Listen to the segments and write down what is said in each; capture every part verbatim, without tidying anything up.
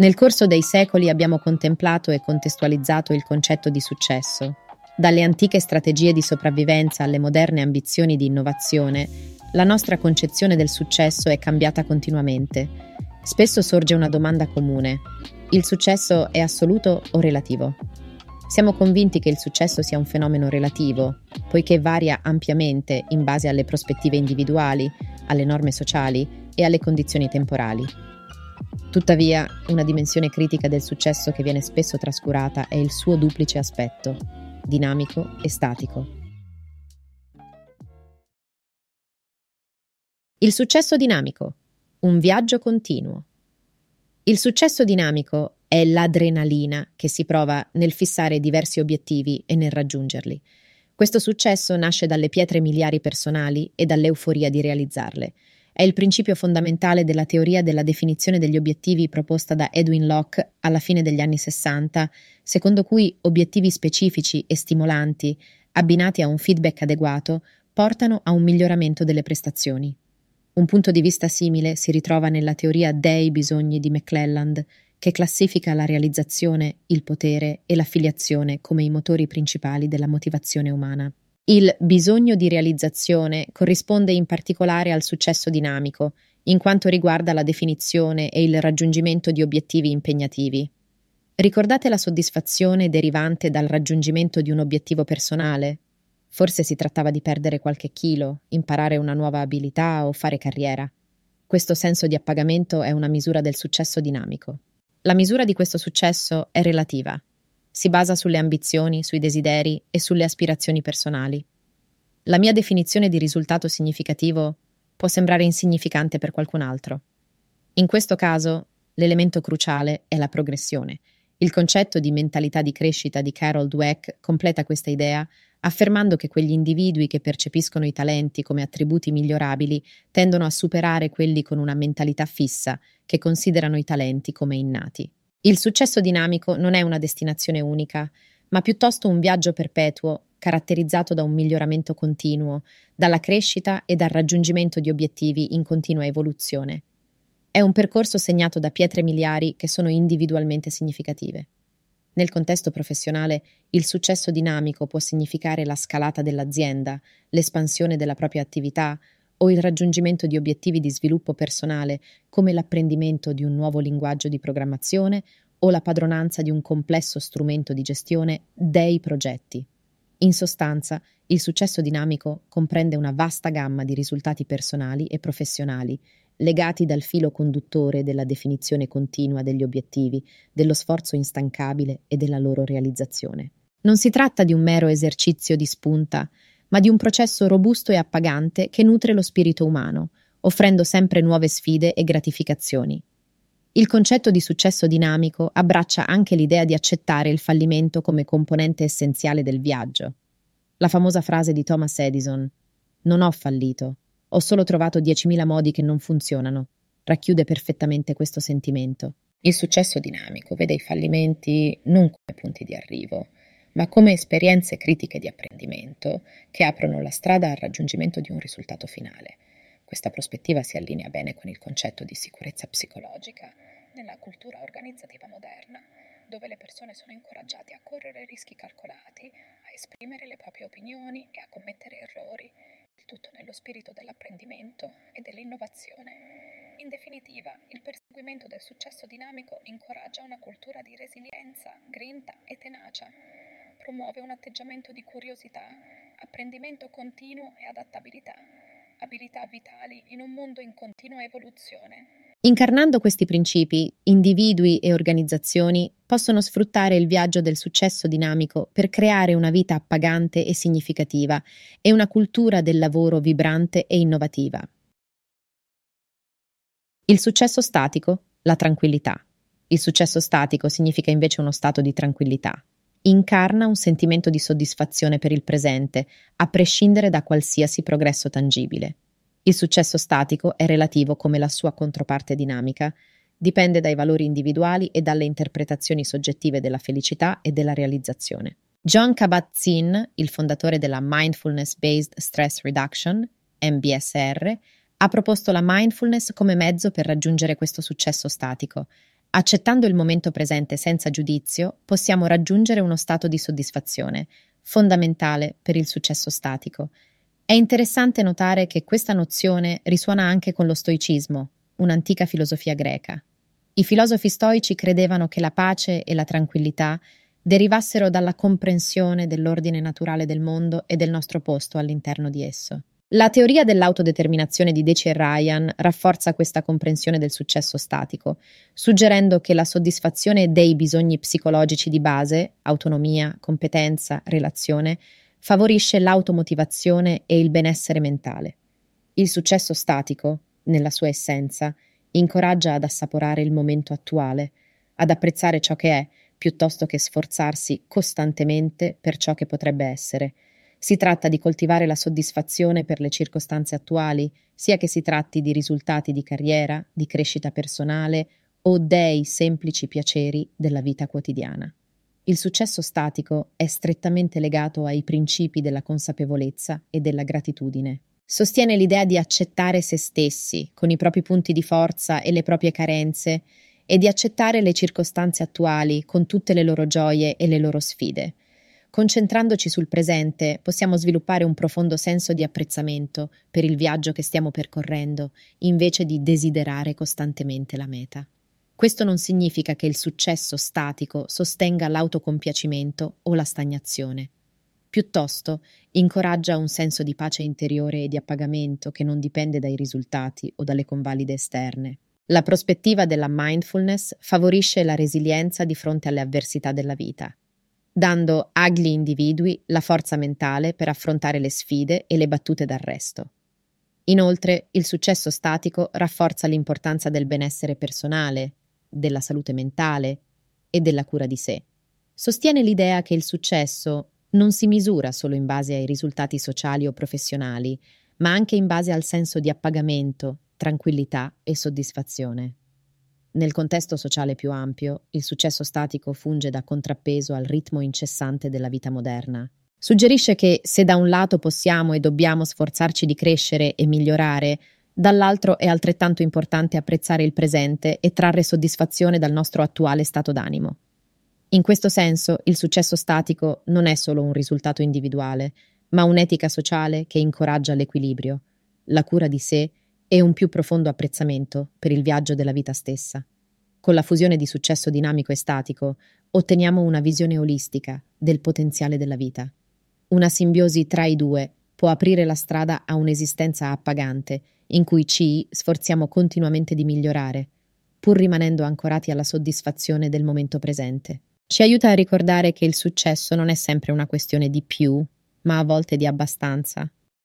Nel corso dei secoli abbiamo contemplato e contestualizzato il concetto di successo. Dalle antiche strategie di sopravvivenza alle moderne ambizioni di innovazione, la nostra concezione del successo è cambiata continuamente. Spesso sorge una domanda comune: il successo è assoluto o relativo? Siamo convinti che il successo sia un fenomeno relativo, poiché varia ampiamente in base alle prospettive individuali, alle norme sociali e alle condizioni temporali. Tuttavia, una dimensione critica del successo che viene spesso trascurata è il suo duplice aspetto, dinamico e statico. Il successo dinamico, un viaggio continuo. Il successo dinamico è l'adrenalina che si prova nel fissare diversi obiettivi e nel raggiungerli. Questo successo nasce dalle pietre miliari personali e dall'euforia di realizzarle. È il principio fondamentale della teoria della definizione degli obiettivi proposta da Edwin Locke alla fine degli anni sessanta, secondo cui obiettivi specifici e stimolanti, abbinati a un feedback adeguato, portano a un miglioramento delle prestazioni. Un punto di vista simile si ritrova nella teoria dei bisogni di McClelland, che classifica la realizzazione, il potere e l'affiliazione come i motori principali della motivazione umana. Il bisogno di realizzazione corrisponde in particolare al successo dinamico, in quanto riguarda la definizione e il raggiungimento di obiettivi impegnativi. Ricordate la soddisfazione derivante dal raggiungimento di un obiettivo personale? Forse si trattava di perdere qualche chilo, imparare una nuova abilità o fare carriera. Questo senso di appagamento è una misura del successo dinamico. La misura di questo successo è relativa. Si basa sulle ambizioni, sui desideri e sulle aspirazioni personali. La mia definizione di risultato significativo può sembrare insignificante per qualcun altro. In questo caso, l'elemento cruciale è la progressione. Il concetto di mentalità di crescita di Carol Dweck completa questa idea, affermando che quegli individui che percepiscono i talenti come attributi migliorabili tendono a superare quelli con una mentalità fissa, che considerano i talenti come innati. Il successo dinamico non è una destinazione unica, ma piuttosto un viaggio perpetuo, caratterizzato da un miglioramento continuo, dalla crescita e dal raggiungimento di obiettivi in continua evoluzione. È un percorso segnato da pietre miliari che sono individualmente significative. Nel contesto professionale, il successo dinamico può significare la scalata dell'azienda, l'espansione della propria attività o il raggiungimento di obiettivi di sviluppo personale, come l'apprendimento di un nuovo linguaggio di programmazione o la padronanza di un complesso strumento di gestione dei progetti. In sostanza, il successo dinamico comprende una vasta gamma di risultati personali e professionali, legati dal filo conduttore della definizione continua degli obiettivi, dello sforzo instancabile e della loro realizzazione. Non si tratta di un mero esercizio di spunta, ma di un processo robusto e appagante che nutre lo spirito umano, offrendo sempre nuove sfide e gratificazioni. Il concetto di successo dinamico abbraccia anche l'idea di accettare il fallimento come componente essenziale del viaggio. La famosa frase di Thomas Edison: "Non ho fallito, ho solo trovato diecimila modi che non funzionano", racchiude perfettamente questo sentimento. Il successo dinamico vede i fallimenti non come punti di arrivo, ma come esperienze critiche di apprendimento che aprono la strada al raggiungimento di un risultato finale. Questa prospettiva si allinea bene con il concetto di sicurezza psicologica nella cultura organizzativa moderna, dove le persone sono incoraggiate a correre rischi calcolati, a esprimere le proprie opinioni e a commettere errori, il tutto nello spirito dell'apprendimento e dell'innovazione. In definitiva, il perseguimento del successo dinamico incoraggia una cultura di resilienza, grinta e tenacia. Promuove un atteggiamento di curiosità, apprendimento continuo e adattabilità, abilità vitali in un mondo in continua evoluzione. Incarnando questi principi, individui e organizzazioni possono sfruttare il viaggio del successo dinamico per creare una vita appagante e significativa e una cultura del lavoro vibrante e innovativa. Il successo statico, la tranquillità. Il successo statico significa invece uno stato di tranquillità. Incarna un sentimento di soddisfazione per il presente, a prescindere da qualsiasi progresso tangibile. Il successo statico è relativo come la sua controparte dinamica, dipende dai valori individuali e dalle interpretazioni soggettive della felicità e della realizzazione. Jon Kabat-Zinn, il fondatore della Mindfulness-Based Stress Reduction, M B S R, ha proposto la mindfulness come mezzo per raggiungere questo successo statico. Accettando il momento presente senza giudizio, possiamo raggiungere uno stato di soddisfazione, fondamentale per il successo statico. È interessante notare che questa nozione risuona anche con lo stoicismo, un'antica filosofia greca. I filosofi stoici credevano che la pace e la tranquillità derivassero dalla comprensione dell'ordine naturale del mondo e del nostro posto all'interno di esso. La teoria dell'autodeterminazione di Deci e Ryan rafforza questa comprensione del successo statico, suggerendo che la soddisfazione dei bisogni psicologici di base, autonomia, competenza, relazione, favorisce l'automotivazione e il benessere mentale. Il successo statico, nella sua essenza, incoraggia ad assaporare il momento attuale, ad apprezzare ciò che è, piuttosto che sforzarsi costantemente per ciò che potrebbe essere. Si tratta di coltivare la soddisfazione per le circostanze attuali, sia che si tratti di risultati di carriera, di crescita personale o dei semplici piaceri della vita quotidiana. Il successo statico è strettamente legato ai principi della consapevolezza e della gratitudine. Sostiene l'idea di accettare se stessi, con i propri punti di forza e le proprie carenze, e di accettare le circostanze attuali con tutte le loro gioie e le loro sfide. Concentrandoci sul presente, possiamo sviluppare un profondo senso di apprezzamento per il viaggio che stiamo percorrendo, invece di desiderare costantemente la meta. Questo non significa che il successo statico sostenga l'autocompiacimento o la stagnazione. Piuttosto, incoraggia un senso di pace interiore e di appagamento che non dipende dai risultati o dalle convalide esterne. La prospettiva della mindfulness favorisce la resilienza di fronte alle avversità della vita, dando agli individui la forza mentale per affrontare le sfide e le battute d'arresto. Inoltre, il successo statico rafforza l'importanza del benessere personale, della salute mentale e della cura di sé. Sostiene l'idea che il successo non si misura solo in base ai risultati sociali o professionali, ma anche in base al senso di appagamento, tranquillità e soddisfazione. Nel contesto sociale più ampio, il successo statico funge da contrappeso al ritmo incessante della vita moderna. Suggerisce che se da un lato possiamo e dobbiamo sforzarci di crescere e migliorare, dall'altro è altrettanto importante apprezzare il presente e trarre soddisfazione dal nostro attuale stato d'animo. In questo senso, il successo statico non è solo un risultato individuale, ma un'etica sociale che incoraggia l'equilibrio, la cura di sé e un più profondo apprezzamento per il viaggio della vita stessa. Con la fusione di successo dinamico e statico, otteniamo una visione olistica del potenziale della vita. Una simbiosi tra i due può aprire la strada a un'esistenza appagante, in cui ci sforziamo continuamente di migliorare, pur rimanendo ancorati alla soddisfazione del momento presente. Ci aiuta a ricordare che il successo non è sempre una questione di più, ma a volte di abbastanza.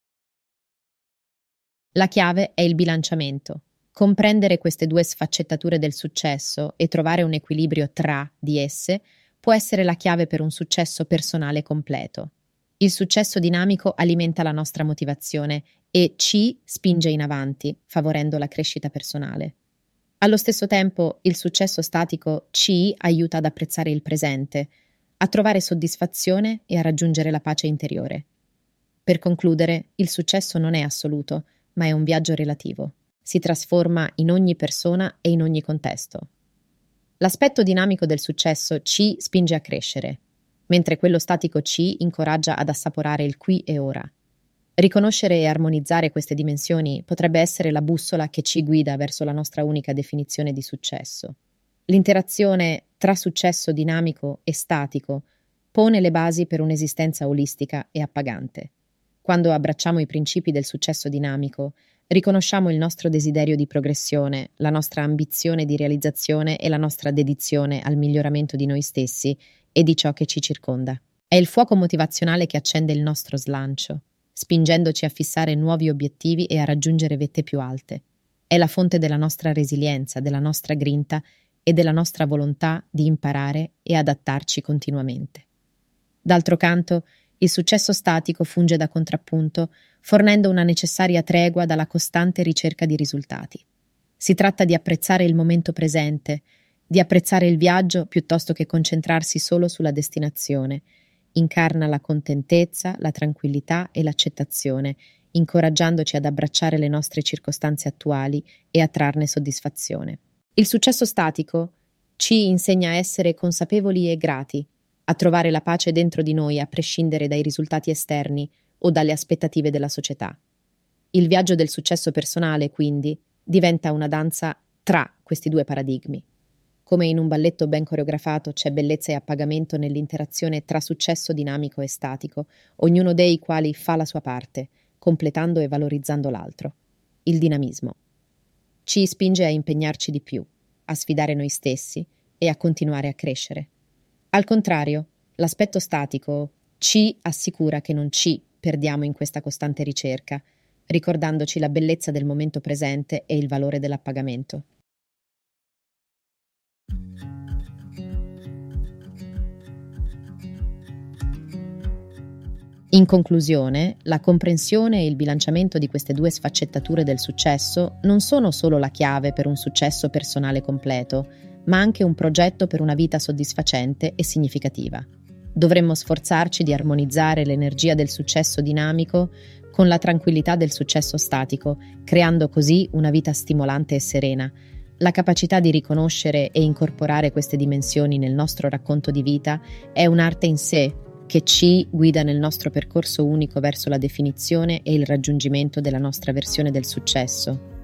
La chiave è il bilanciamento. Comprendere queste due sfaccettature del successo e trovare un equilibrio tra di esse può essere la chiave per un successo personale completo. Il successo dinamico alimenta la nostra motivazione e ci spinge in avanti, favorendo la crescita personale. Allo stesso tempo, il successo statico ci aiuta ad apprezzare il presente, a trovare soddisfazione e a raggiungere la pace interiore. Per concludere, il successo non è assoluto, ma è un viaggio relativo. Si trasforma in ogni persona e in ogni contesto. L'aspetto dinamico del successo ci spinge a crescere, mentre quello statico ci incoraggia ad assaporare il qui e ora. Riconoscere e armonizzare queste dimensioni potrebbe essere la bussola che ci guida verso la nostra unica definizione di successo. L'interazione tra successo dinamico e statico pone le basi per un'esistenza olistica e appagante. Quando abbracciamo i principi del successo dinamico, riconosciamo il nostro desiderio di progressione, la nostra ambizione di realizzazione e la nostra dedizione al miglioramento di noi stessi e di ciò che ci circonda. È il fuoco motivazionale che accende il nostro slancio, spingendoci a fissare nuovi obiettivi e a raggiungere vette più alte. È la fonte della nostra resilienza, della nostra grinta e della nostra volontà di imparare e adattarci continuamente. D'altro canto, il successo statico funge da contrappunto, fornendo una necessaria tregua dalla costante ricerca di risultati. Si tratta di apprezzare il momento presente, di apprezzare il viaggio piuttosto che concentrarsi solo sulla destinazione. Incarna la contentezza, la tranquillità e l'accettazione, incoraggiandoci ad abbracciare le nostre circostanze attuali e a trarne soddisfazione. Il successo statico Ci insegna a essere consapevoli e grati, a trovare la pace dentro di noi a prescindere dai risultati esterni o dalle aspettative della società. Il viaggio del successo personale, quindi, diventa una danza tra questi due paradigmi. Come in un balletto ben coreografato c'è bellezza e appagamento nell'interazione tra successo dinamico e statico, ognuno dei quali fa la sua parte, completando e valorizzando l'altro. Il dinamismo ci spinge a impegnarci di più, a sfidare noi stessi e a continuare a crescere. Al contrario, l'aspetto statico ci assicura che non ci perdiamo in questa costante ricerca, ricordandoci la bellezza del momento presente e il valore dell'appagamento. In conclusione, la comprensione e il bilanciamento di queste due sfaccettature del successo non sono solo la chiave per un successo personale completo, ma anche un progetto per una vita soddisfacente e significativa. Dovremmo sforzarci di armonizzare l'energia del successo dinamico con la tranquillità del successo statico, creando così una vita stimolante e serena. La capacità di riconoscere e incorporare queste dimensioni nel nostro racconto di vita è un'arte in sé, che ci guida nel nostro percorso unico verso la definizione e il raggiungimento della nostra versione del successo.